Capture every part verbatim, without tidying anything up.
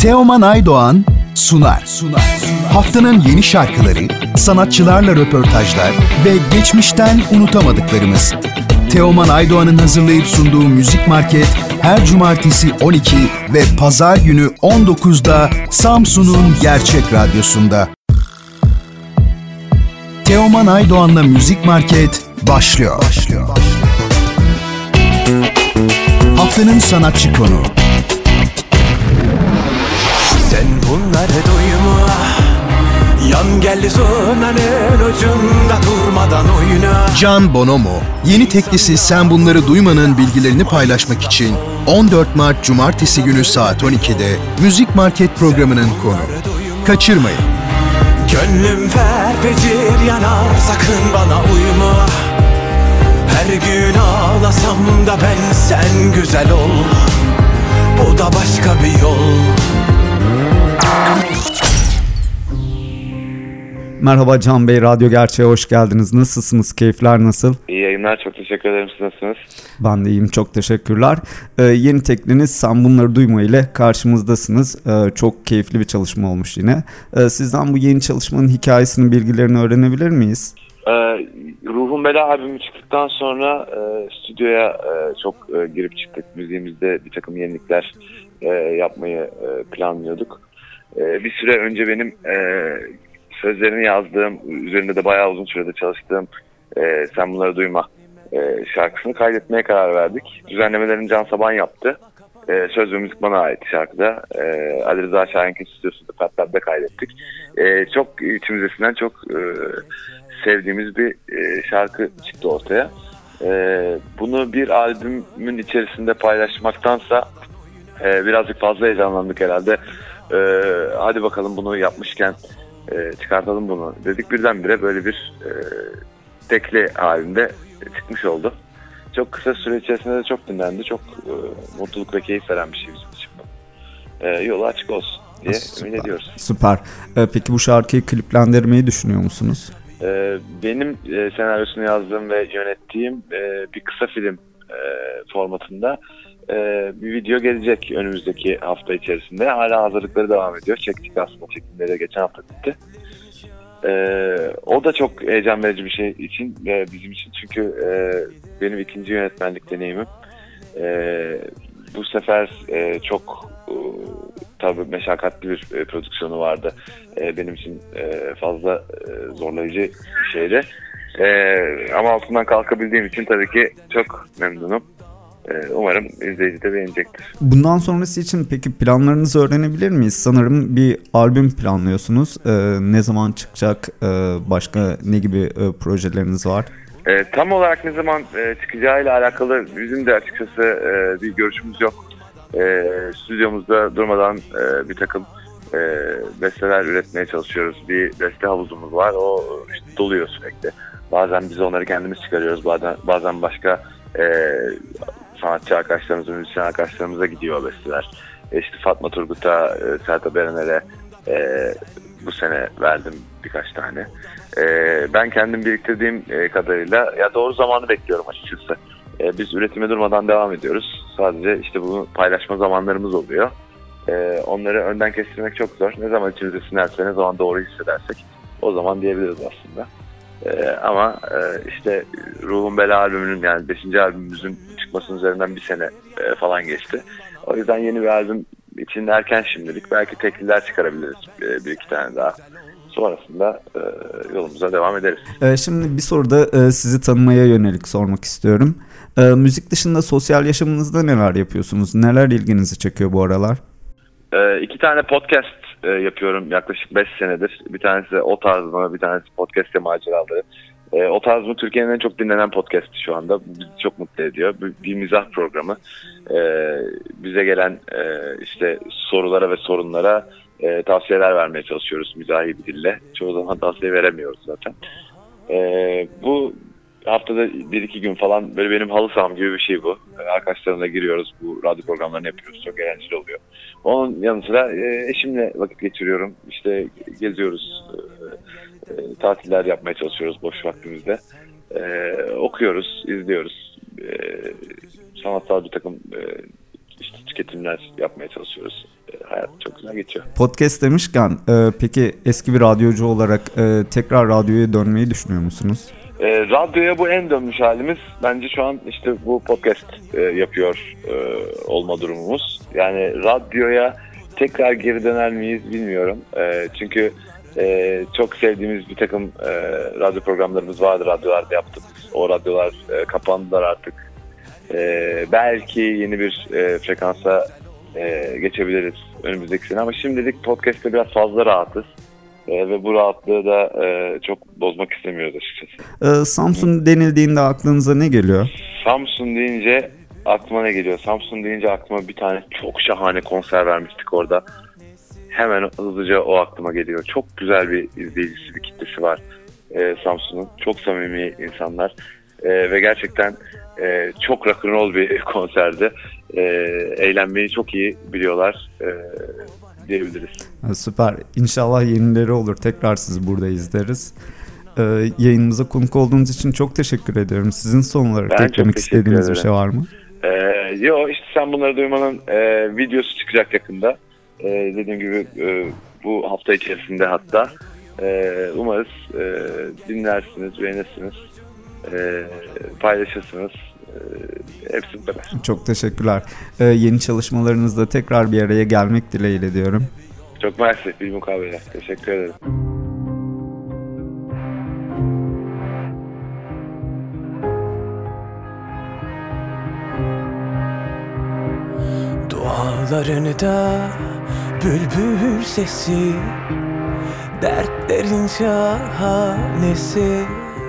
Teoman Aydoğan sunar. sunar. Haftanın yeni şarkıları, sanatçılarla röportajlar ve geçmişten unutamadıklarımız. Teoman Aydoğan'ın hazırlayıp sunduğu Müzik Market her cumartesi on iki ve pazar günü on dokuzda Samsun'un Gerçek Radyosu'nda. Teoman Aydoğan'la Müzik Market başlıyor. başlıyor. Haftanın sanatçı konuğu. Sen bunları duyma, yan geldi zonanın ucunda durmadan oyna. Can Bonomo, yeni teklisi Sen Bunları Duyma'nın bilgilerini paylaşmak için on dört Mart Cumartesi günü saat on ikide Müzik Market programının konuğu. Kaçırmayın. Gönlüm ferfecir yanar, sakın bana uyma. Her gün ağlasam da ben sen güzel ol. Bu da başka bir yol. Merhaba Can Bey, Radyo Gerçeğe hoş geldiniz. Nasılsınız? Keyifler nasıl? İyi yayınlar, çok teşekkür ederim. Siz nasılsınız? Ben de iyiyim, çok teşekkürler. Ee, yeni tekliniz Sen Bunları Duyma ile karşımızdasınız. Ee, çok keyifli bir çalışma olmuş yine. Ee, sizden bu yeni çalışmanın hikayesini, bilgilerini öğrenebilir miyiz? Ee, Ruhum Bela albümü çıktıktan sonra e, stüdyoya e, çok e, girip çıktık. Müziğimizde bir takım yenilikler e, yapmayı e, planlıyorduk. E, bir süre önce benim e, sözlerini yazdığım, üzerinde de bayağı uzun sürede çalıştığım e, Sen Bunları Duyma e, şarkısını kaydetmeye karar verdik. Düzenlemelerini Can Saban yaptı. E, söz ve müzik bana ait şarkıda. E, Ali Rıza Şahink'in stüdyosunda Patlat'ta kaydettik. E, çok içimizden çok e, sevdiğimiz bir e, şarkı çıktı ortaya. E, bunu bir albümün içerisinde paylaşmaktansa e, birazcık fazla heyecanlandık herhalde. E, hadi bakalım bunu yapmışken e, çıkartalım bunu dedik. Birdenbire böyle bir e, tekli halinde çıkmış oldu. Çok kısa süre içerisinde de çok dinlendi. Çok e, mutluluk ve keyif veren bir şey bizim için bu. E, yolu açık olsun diye Süper. ümit ediyoruz. Süper. Ee, peki bu şarkıyı kliplendirmeyi düşünüyor musunuz? E, benim e, senaryosunu yazdığım ve yönettiğim e, bir kısa film e, formatında e, bir video gelecek önümüzdeki hafta içerisinde. Hala hazırlıkları devam ediyor. Çektik aslında, çekimleri geçen hafta bitti. Ee, o da çok heyecan verici bir şey için e, bizim için, çünkü e, benim ikinci yönetmenlik deneyimim. E, bu sefer e, çok e, tabii meşakkatli bir e, prodüksiyonu vardı. E, benim için e, fazla e, zorlayıcı bir şeydi. E, ama altından kalkabildiğim için tabii ki çok memnunum. Umarım izleyici de beğenecektir. Bundan sonrası için peki planlarınızı öğrenebilir miyiz? Sanırım bir albüm planlıyorsunuz. Ee, ne zaman çıkacak? Ee, başka ne gibi e, projeleriniz var? E, tam olarak ne zaman e, çıkacağıyla alakalı bizim de açıkçası e, bir görüşümüz yok. E, stüdyomuzda durmadan e, bir takım e, besteler üretmeye çalışıyoruz. Bir beste havuzumuz var. O işte doluyor sürekli. Bazen biz onları kendimiz çıkarıyoruz. Bazen, bazen başka e, sanatçı arkadaşlarımıza, müzisyen arkadaşlarımıza gidiyor besteler. E işte Fatma Turgut'a, e, Sertab Erener'e e, bu sene verdim birkaç tane. E, ben kendim biriktirdiğim e, kadarıyla ya doğru zamanı bekliyorum açıkçası. E, biz üretime durmadan devam ediyoruz. Sadece işte bunu paylaşma zamanlarımız oluyor. E, onları önden kestirmek çok zor. Ne zaman içimize sinerse, ne zaman doğru hissedersek o zaman diyebiliriz aslında. Ee, ama e, işte Ruhum Bela albümünün, yani beşinci albümümüzün çıkmasının üzerinden bir sene e, falan geçti. O yüzden yeni bir albüm için erken şimdilik. Belki tekliler çıkarabiliriz e, bir iki tane daha. Sonrasında e, yolumuza devam ederiz. Ee, şimdi bir soru da e, sizi tanımaya yönelik sormak istiyorum. E, müzik dışında sosyal yaşamınızda neler yapıyorsunuz? Neler ilginizi çekiyor bu aralar? E, iki tane podcast e, yapıyorum yaklaşık beş senedir. Bir tanesi O Tarz Mı, bir tanesi Podcast'te Maceraları. E, O Tarz Mı Türkiye'nin en çok dinlenen podcast'i şu anda. Bizi çok mutlu ediyor. Bir, bir mizah programı. E, bize gelen e, işte sorulara ve sorunlara e, tavsiyeler vermeye çalışıyoruz mizahi bir dille. Çoğu zaman tavsiye veremiyoruz zaten. E, bu haftada bir iki gün falan böyle benim halı saham gibi bir şey bu. Arkadaşlarımla giriyoruz, bu radyo programlarını yapıyoruz. Çok eğlenceli oluyor. Onun yanı sıra eşimle vakit geçiriyorum. İşte geziyoruz, e, e, tatiller yapmaya çalışıyoruz boş vaktimizde. E, okuyoruz, izliyoruz. E, sanatsal bir takım e, işte tüketimler yapmaya çalışıyoruz. E, hayat çok güzel. güzel geçiyor. Podcast demişken e, peki eski bir radyocu olarak e, tekrar radyoya dönmeyi düşünüyor musunuz? E, radyoya bu en dönmüş halimiz bence şu an işte bu podcast e, yapıyor e, olma durumumuz. Yani radyoya tekrar geri döner miyiz bilmiyorum. E, çünkü e, çok sevdiğimiz bir takım e, radyo programlarımız vardı, radyolarda yaptığımız. O radyolar e, kapandılar artık. E, belki yeni bir e, frekansa e, geçebiliriz önümüzdeki sene ama şimdilik podcast'te biraz fazla rahatız. E, ve bu rahatlığı da e, çok bozmak istemiyoruz açıkçası. E, Samsun denildiğinde aklınıza ne geliyor? Samsun deyince aklıma ne geliyor? Samsun deyince aklıma bir tane çok şahane konser vermiştik orada. Hemen hızlıca o aklıma geliyor. Çok güzel bir izleyicisi, bir kitlesi var e, Samsun'un. Çok samimi insanlar e, ve gerçekten e, çok rock'n'roll bir konserdi. E, eğlenmeyi çok iyi biliyorlar e, diyebiliriz. Ha, süper. İnşallah yenileri olur. Tekrar sizi burada izleriz. E, yayınımıza konuk olduğunuz için çok teşekkür ediyorum. Sizin son olarak Ben eklemek istediğiniz ederim. Bir şey var mı? Ee, yo işte sen bunları duymanın e, videosu çıkacak yakında. E, dediğim gibi e, bu hafta içerisinde hatta. E, umarız e, dinlersiniz, beğenirsiniz, e, paylaşırsınız. E, hepsi bu kadar. Çok teşekkürler. E, yeni çalışmalarınızda tekrar bir araya gelmek dileğiyle diyorum. Çok mersi, bir mukabele. Teşekkür ederim. Dualarını da bülbül sesi, dertlerin şahanesi,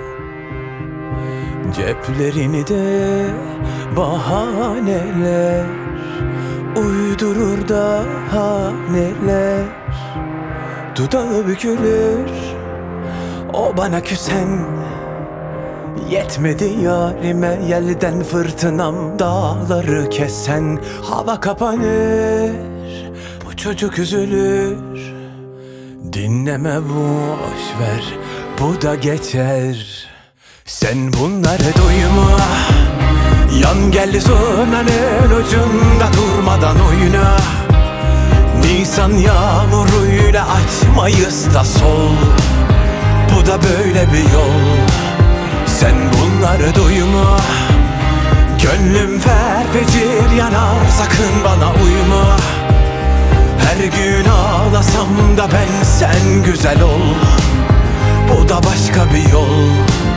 ceplerini de bahaneler uydurur daha neler. Dudağı bükülür o bana küsen, yetmedi yarime yelden fırtınam dağları kesen. Hava kapanır, bu çocuk üzülür, dinleme boş ver, bu da geçer. Sen bunları duyma, yan gel zurnanın ucunda durmadan oyna. Nisan yağmuruyla açmayız da sol, bu da böyle bir yol. Sen bunları duyma, gönlüm ferfecir yanar, sakın bana uyma. Her gün ağlasam da ben sen güzel ol, bu da başka bir yol.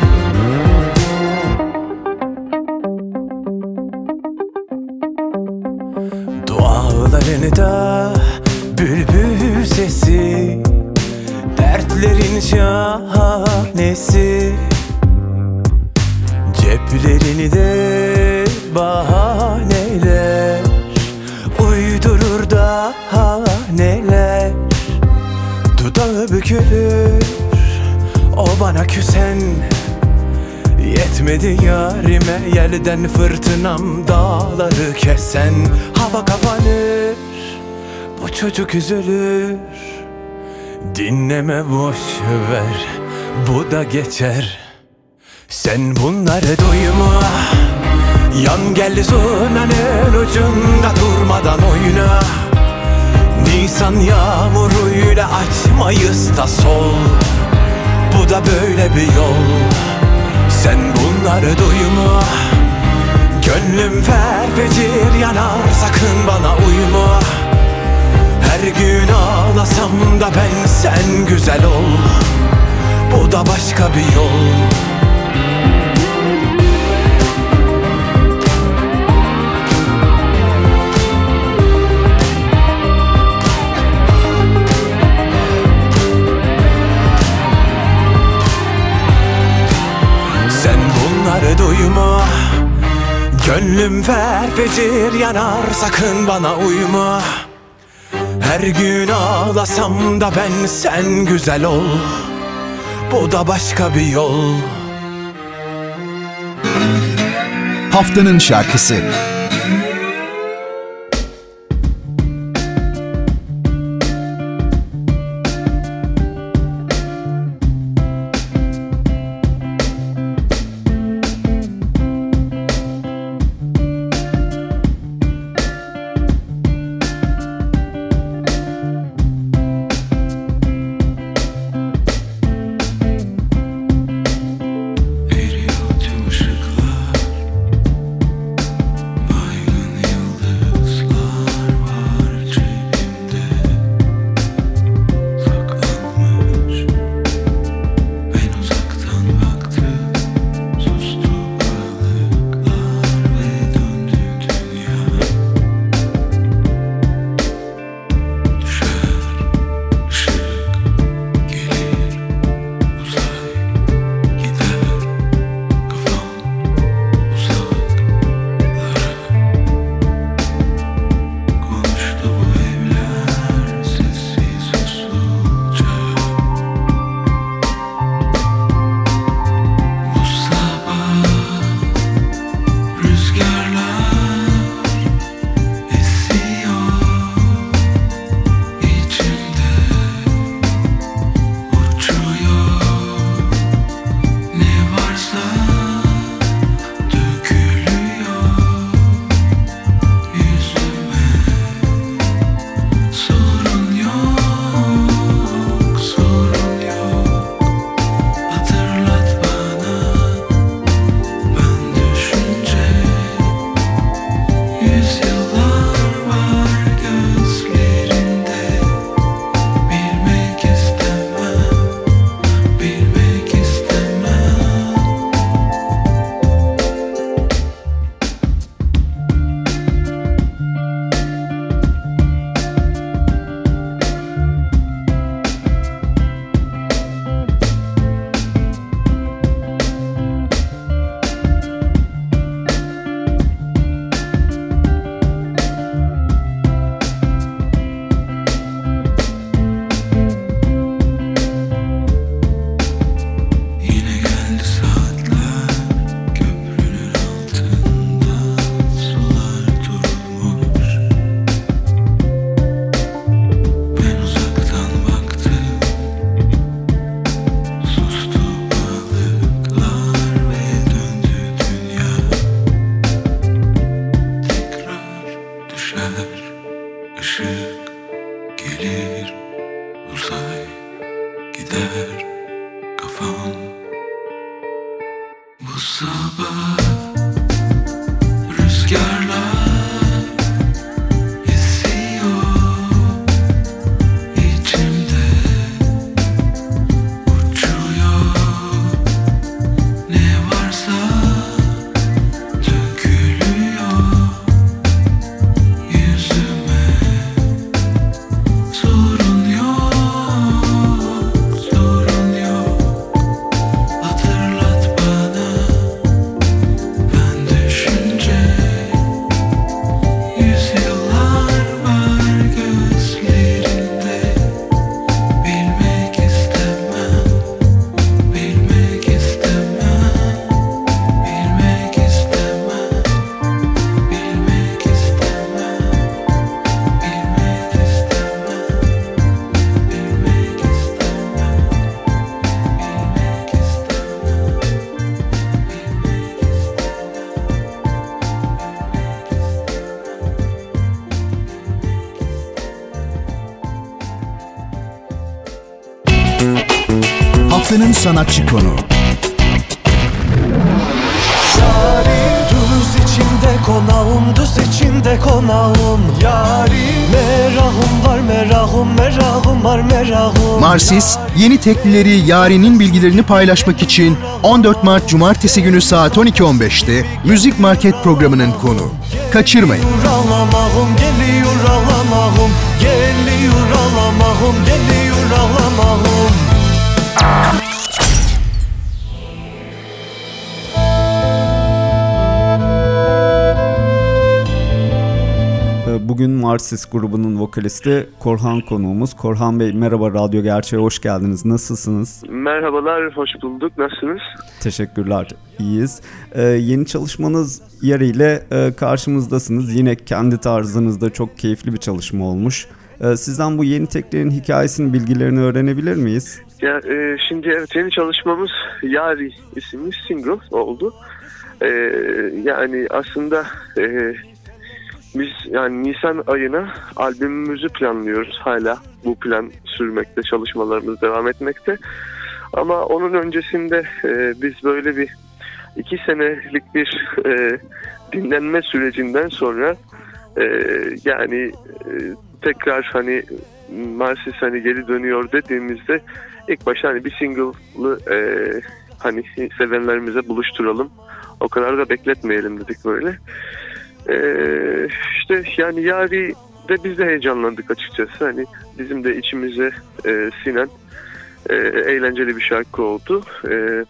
Dualarını da bülbül sesi, dertlerin şahanesi, ceplerini de bahaneler uydurur daha neler. Dudağı bükülür o bana küsen, yetmedi yarime yelden fırtınam dağları kesen. Hava kapanır, bu çocuk üzülür, dinleme boş ver, bu da geçer. Sen bunları duyma, yan gel zurnanın ucunda durmadan oyna. Nisan yağmuruyla açmayız da sol, bu da böyle bir yol. Sen bunları duyma, gönlüm ferfecir yanar, sakın bana uyma. Her gün ağlasam da ben sen güzel ol, bu da başka bir yol. Duyma, gönlüm ferfecir yanar, sakın bana uyma. Her gün ağlasam da ben sen güzel ol, bu da başka bir yol. Haftanın şarkısı. gelir uzay gider kafam. Bu sabah rüzgarlar Haftanın sanatçı konuğu. Yarim düz içinde konağım, düz içinde konağım. Yarim merahım var, merahım, merahım var, merahım. Marsis, yeni teklileri Yaren'in bilgilerini paylaşmak için on dört Mart Cumartesi günü saat on iki on beşte Müzik Market programının konuğu. Kaçırmayın. Ağlamağım, geliyor ağlamağım, geliyor ağlamağım, geliyor ağlamağım. Bugün Marsis grubunun vokalisti Korhan konuğumuz. Korhan Bey, merhaba, Radyo Gerçeğe hoş geldiniz. Nasılsınız? Merhabalar, hoş bulduk. Nasılsınız? Teşekkürler, iyiyiz. Ee, yeni çalışmanız yeriyle e, karşımızdasınız. Yine kendi tarzınızda çok keyifli bir çalışma olmuş. Ee, sizden bu yeni teklerin hikayesini, bilgilerini öğrenebilir miyiz? Ya e, şimdi evet, yeni çalışmamız Yari isimli single oldu. E, yani aslında e, biz yani Nisan ayına albümümüzü planlıyoruz. Hala bu plan sürmekte, çalışmalarımız devam etmekte. Ama onun öncesinde e, biz böyle bir iki senelik bir e, dinlenme sürecinden sonra e, yani e, tekrar hani Marsis hani geri dönüyor dediğimizde ilk başta hani bir single'lı e, hani sevenlerimize buluşturalım. O kadar da bekletmeyelim dedik böyle. Ee, işte yani Yari de biz de heyecanlandık açıkçası. Hani bizim de içimize e, sinen e, eğlenceli bir şarkı oldu. E,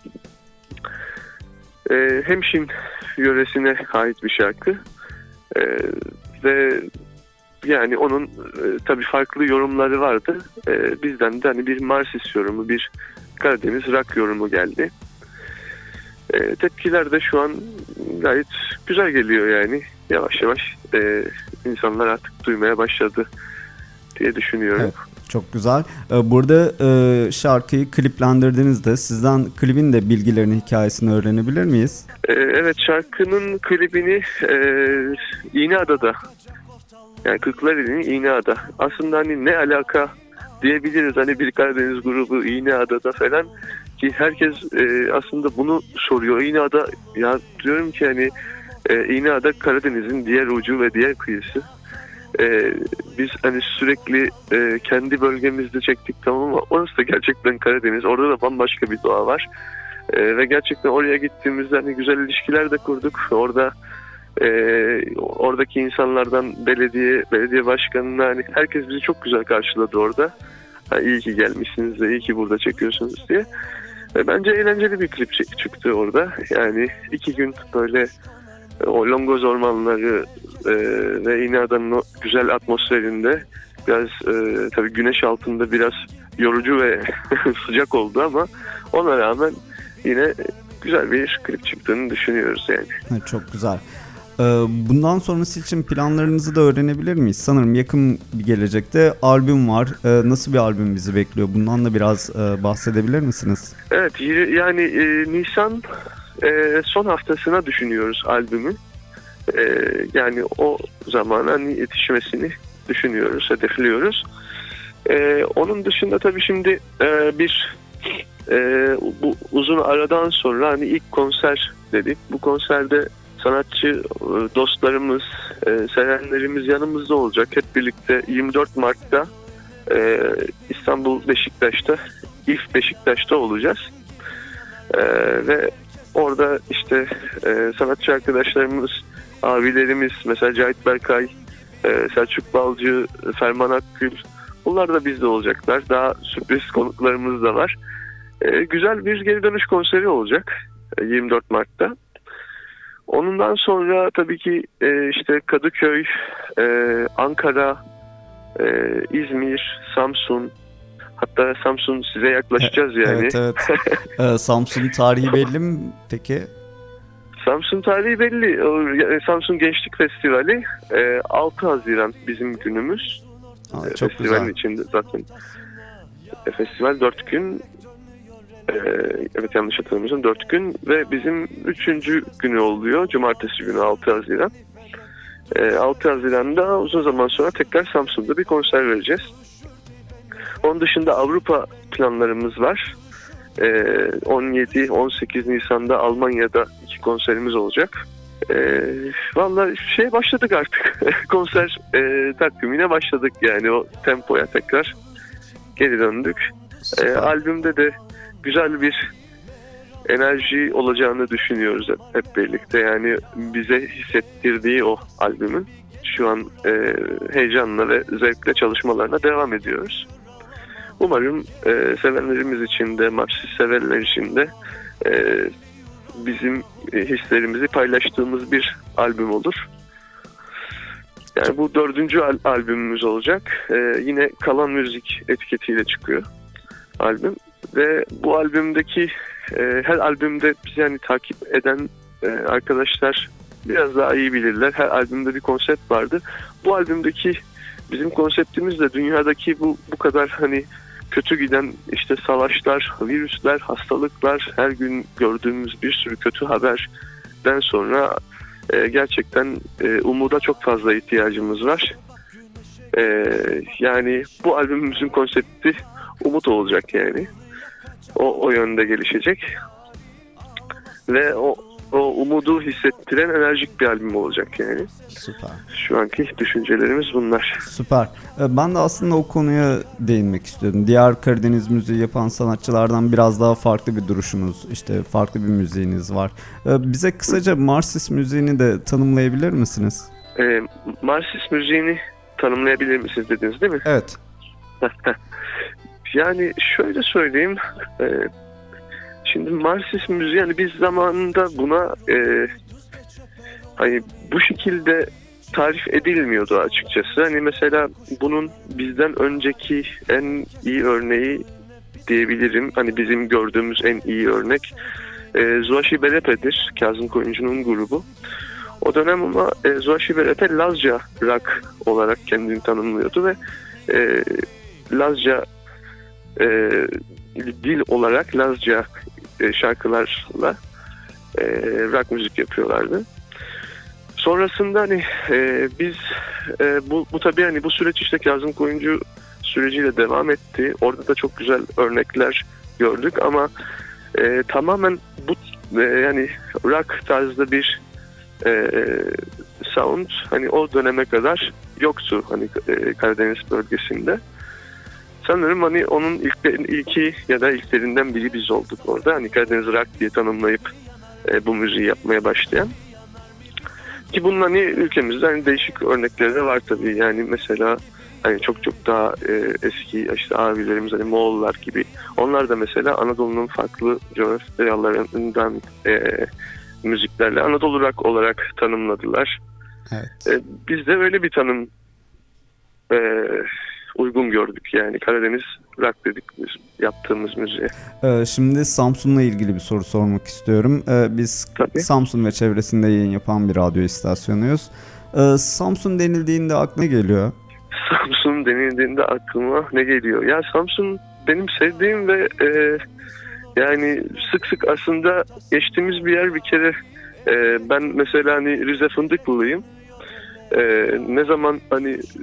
e, Hemşin yöresine ait bir şarkı. E, ve yani onun e, tabii farklı yorumları vardı. E, bizden de hani bir Marsis yorumu, bir Karadeniz rock yorumu geldi. E, tepkiler de şu an gayet güzel geliyor yani. Yavaş yavaş e, insanlar artık duymaya başladı diye düşünüyorum. Evet, çok güzel. Burada e, şarkıyı kliplendirdiğinizde sizden klibin de bilgilerini, hikayesini öğrenebilir miyiz? E, evet, şarkının klibini e, İğneada'da, yani Kırklareli'nin İğneada. Aslında hani ne alaka diyebiliriz, hani bir Karadeniz grubu İğneada'da falan, ki herkes e, aslında bunu soruyor. İğneada, ya diyorum ki hani e, İğneada Karadeniz'in diğer ucu ve diğer kıyısı. E, biz hani sürekli e, kendi bölgemizde çektik, tamam, ama orası da gerçekten Karadeniz. Orada da bambaşka bir doğa var. E, ve gerçekten oraya gittiğimizde hani güzel ilişkiler de kurduk. Orada e, oradaki insanlardan belediye belediye başkanına, hani herkes bizi çok güzel karşıladı orada. Ha, iyi ki gelmişsiniz de, iyi ki burada çekiyorsunuz diye. Ve bence eğlenceli bir klip çıktı orada. Yani iki gün böyle o Longoz ormanları e, ve İğneada'nın o güzel atmosferinde, biraz e, tabii güneş altında biraz yorucu ve sıcak oldu, ama ona rağmen yine güzel bir klip çıktığını düşünüyoruz yani. Evet, çok güzel. Bundan sonrası için planlarınızı da öğrenebilir miyiz? Sanırım yakın bir gelecekte albüm var. Nasıl bir albüm bizi bekliyor? Bundan da biraz bahsedebilir misiniz? Evet, yani e, Nisan e, son haftasına düşünüyoruz albümün. E, yani o zaman hani yetişmesini düşünüyoruz, hedefliyoruz. Ee, onun dışında tabii şimdi e, bir e, bu uzun aradan sonra hani ilk konser dedik. Bu konserde sanatçı e, dostlarımız, e, sevenlerimiz yanımızda olacak. Hep birlikte yirmi dört Mart'ta e, İstanbul Beşiktaş'ta, İF Beşiktaş'ta olacağız. E, ve orada işte e, sanatçı arkadaşlarımız, abilerimiz, mesela Cahit Berkay, e, Selçuk Balcı, Ferman Akgül, bunlar da bizde olacaklar. Daha sürpriz konuklarımız da var. E, güzel bir geri dönüş konseri olacak e, yirmi dört Mart'ta. Ondan sonra tabii ki e, işte Kadıköy, e, Ankara, e, İzmir, Samsun, hatta Samsun size yaklaşacağız yani. Evet, evet. ee, Samsun tarihi belli mi peki? Samsun tarihi belli. O, Samsun Gençlik Festivali e, altı Haziran bizim günümüz. Aa, e, çok Festivalin güzel. içinde zaten. E, festival dört gün. E, evet, yanlış hatırlamıyorsam dört gün ve bizim üçüncü günü oluyor. Cumartesi günü altı Haziran. E, altı Haziran'da uzun zaman sonra tekrar Samsun'da bir konser vereceğiz. Onun dışında Avrupa planlarımız var. E, on yedi on sekiz Nisan'da Almanya'da iki konserimiz olacak. E, vallahi şey başladık artık. Konser e, takvimine başladık yani, o tempoya tekrar geri döndük. E, albümde de güzel bir enerji olacağını düşünüyoruz hep, hep birlikte. Yani bize hissettirdiği o albümün. Şu an e, heyecanla ve zevkle çalışmalarına devam ediyoruz. Umarım e, sevenlerimiz için de, Marsis severler için de e, bizim e, hislerimizi paylaştığımız bir albüm olur. Yani bu dördüncü al- albümümüz olacak. E, yine Kalan Müzik etiketiyle çıkıyor albüm. Ve bu albümdeki e, her albümde bizi yani takip eden e, arkadaşlar biraz daha iyi bilirler. Her albümde bir konsept vardı. Bu albümdeki bizim konseptimiz de dünyadaki bu bu kadar hani kötü giden işte savaşlar, virüsler, hastalıklar, her gün gördüğümüz bir sürü kötü haberden sonra e, gerçekten e, umuda çok fazla ihtiyacımız var. E, yani bu albümümüzün konsepti umut olacak yani. O, o yönde gelişecek. Ve o, o umudu hissettiren enerjik bir albüm olacak yani. Süper. Şu anki düşüncelerimiz bunlar. Süper. Ee, Ben de aslında o konuya değinmek istiyordum. Diğer Karadeniz müziği yapan sanatçılardan biraz daha farklı bir duruşunuz, işte farklı bir müziğiniz var. Ee, Bize kısaca Marsis müziğini de tanımlayabilir misiniz? E, Marsis müziğini tanımlayabilir misiniz dediniz değil mi? Evet. Yani şöyle söyleyeyim. E, şimdi Marsis müziği, yani biz zamanında buna e, hani bu şekilde tarif edilmiyordu açıkçası. Hani mesela bunun bizden önceki en iyi örneği diyebilirim. Hani bizim gördüğümüz en iyi örnek e, Zuaşi Berepe'dir. Kazım Koyuncu'nun grubu. O dönem ama e, Zuaşi Berepe Lazca rock olarak kendini tanımlıyordu ve e, Lazca e, dil olarak Lazca e, şarkılarla e, rock müzik yapıyorlardı. Sonrasında hani e, biz e, bu, bu tabii hani bu süreç işte Kazım Koyuncu süreciyle devam etti. Orada da çok güzel örnekler gördük ama e, tamamen bu e, yani rock tarzda bir e, sound hani o döneme kadar yoktu hani e, Karadeniz bölgesinde. Sanırım hani onun ilk ilki ya da ilklerinden biri biz olduk orada. Hani Karadeniz rock diye tanımlayıp e, bu müziği yapmaya başlayan. Ki bunun hani ülkemizde hani değişik örnekleri de var tabii. Yani mesela hani çok çok daha e, eski işte abilerimiz hani Moğollar gibi. Onlar da mesela Anadolu'nun farklı coğrafyalarından e, müziklerle Anadolu rock olarak tanımladılar. Evet. E, biz de öyle bir tanım e, uygun gördük yani Karadeniz rock dedik biz yaptığımız müziğe. Ee, Şimdi Samsun'la ilgili bir soru sormak istiyorum. Ee, Biz Tabii. Samsun ve çevresinde yayın yapan bir radyo istasyonuyuz. Ee, Samsun denildiğinde aklına geliyor. Samsun denildiğinde aklıma ne geliyor? Ya Samsun benim sevdiğim ve e, yani sık sık aslında geçtiğimiz bir yer bir kere. E, ben mesela hani Rize Fındıklılıyım. E, ne zaman hani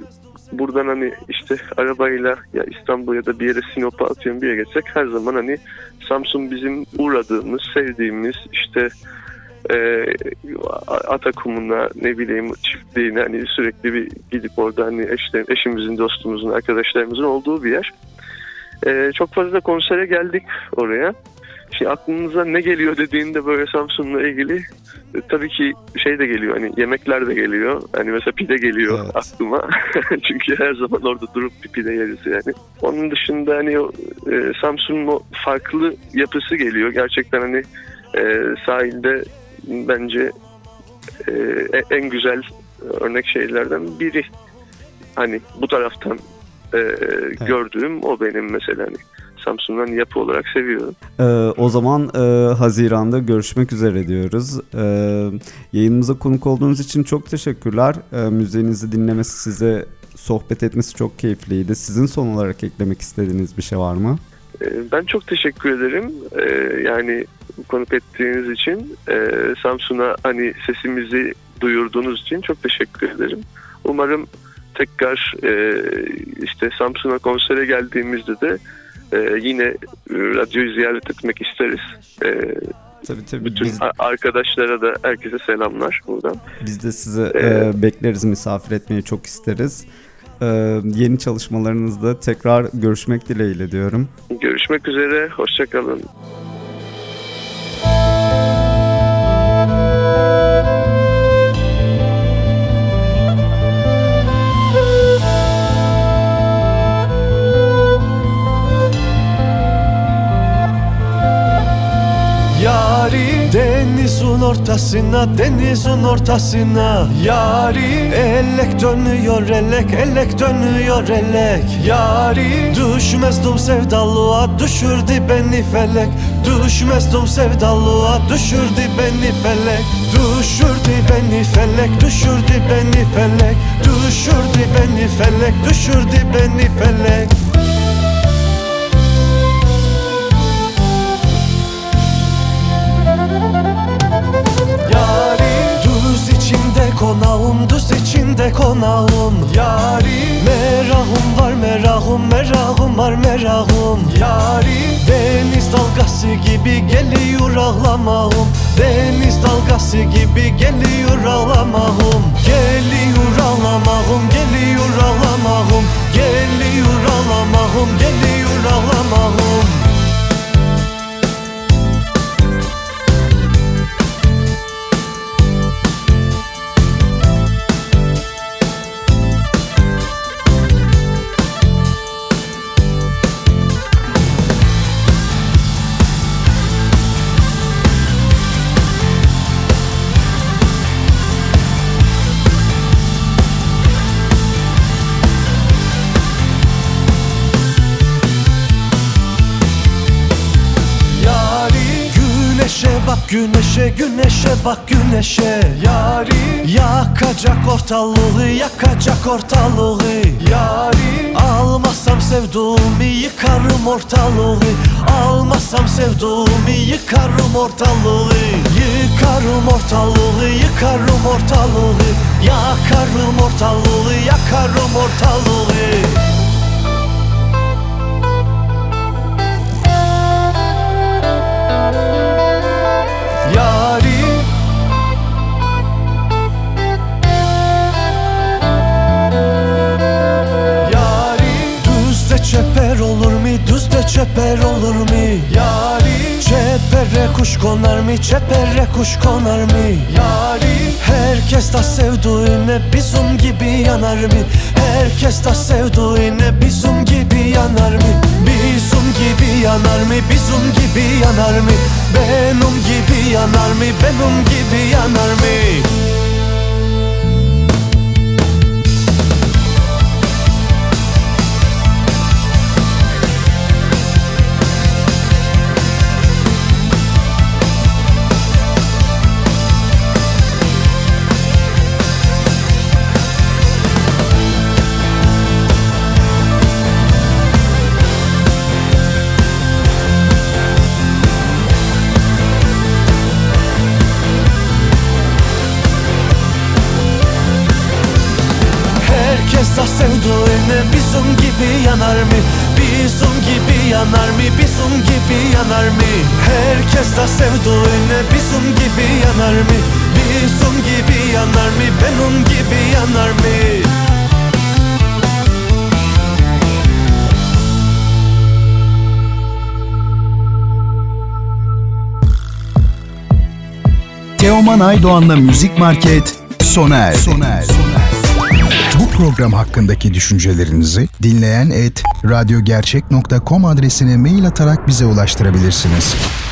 buradan hani işte arabayla ya İstanbul ya da bir yere Sinop'a atıyorum bir yere geçsek her zaman hani Samsun bizim uğradığımız, sevdiğimiz işte e, Atakum'una ne bileyim çiftliğine hani sürekli bir gidip orada hani eşler, eşimizin, dostumuzun, arkadaşlarımızın olduğu bir yer. E, çok fazla konsere geldik oraya. Şimdi aklınıza ne geliyor dediğinde böyle Samsun'la ilgili e, tabii ki şey de geliyor hani yemekler de geliyor. Hani mesela pide geliyor evet. aklıma. Çünkü her zaman orada durup bir pide yeriz yani. Onun dışında hani o e, Samsun'un o farklı yapısı geliyor. Gerçekten hani e, sahilde bence e, en güzel örnek şeylerden biri. Hani bu taraftan e, evet. gördüğüm o benim mesela hani. Samsun'dan yapı olarak seviyorum. Ee, o zaman e, Haziran'da görüşmek üzere diyoruz. Ee, yayınımıza konuk olduğunuz için çok teşekkürler. Ee, müziğinizi dinlemesi, size sohbet etmesi çok keyifliydi. Sizin son olarak eklemek istediğiniz bir şey var mı? Ee, ben çok teşekkür ederim. Ee, yani konuk ettiğiniz için e, Samsun'a hani sesimizi duyurduğunuz için çok teşekkür ederim. Umarım tekrar e, işte Samsun'a konsere geldiğimizde de Ee, yine radyoyu ziyaret etmek isteriz. Ee, tabii tabii. Bütün biz, arkadaşlara da herkese selamlar buradan. Biz de sizi ee, e, bekleriz, misafir etmeyi çok isteriz. Ee, yeni çalışmalarınızda tekrar görüşmek dileğiyle diyorum. Görüşmek üzere, hoşça kalın. Denizin ortasına, denizin ortasına Yari elek dönüyor elek, elek dönüyor elek Yari düşmezdim sevdalığa, düşürdü beni felek Düşmezdim sevdalığa, düşürdü beni felek Düşürdü beni felek, düşürdü beni felek Düşürdü beni felek, düşürdü beni felek konağım, düz içinde konağım Yari merahım var merahım, merahım var merahım Yari deniz dalgası gibi geliyor ağlamağım Deniz dalgası gibi geliyor ağlamağım Geliyor ağlamağım, geliyor ağlamağım Geliyor ağlamağım, geliyor ağlamağım Bak güneşe, güneşe bak güneşe Yari yakacak ortalığı, yakacak ortalığı Yari almazsam sevduğumu yıkarım ortalığı Almazsam sevduğumu yıkarım ortalığı Yıkarım ortalığı, yıkarım ortalığı Yakarım ortalığı, yakarım ortalığı Çeper olur mu? Düzde çeper olur mu? Yari çepere kuş konar mı? Çepere kuş konar mı? Yari herkes de sevduğine bizim gibi yanar mı? Herkes de sevduğine bizim gibi yanar mı? Bizim gibi yanar mı? Bizim gibi yanar mı? Benim gibi yanar mı? Benim gibi yanar mı? sevduğuna bizim gibi yanar mı? Bizim gibi yanar mı? Bizim gibi yanar mı? Herkes de sevduğuna bizim gibi yanar mı? Bizim gibi yanar mı? Benim gibi yanar mı? Teoman Aydoğan'la Müzik Market sona erdi. Sona erdi. Bu program hakkındaki düşüncelerinizi dinleyen et radyogercek nokta com adresine mail atarak bize ulaştırabilirsiniz.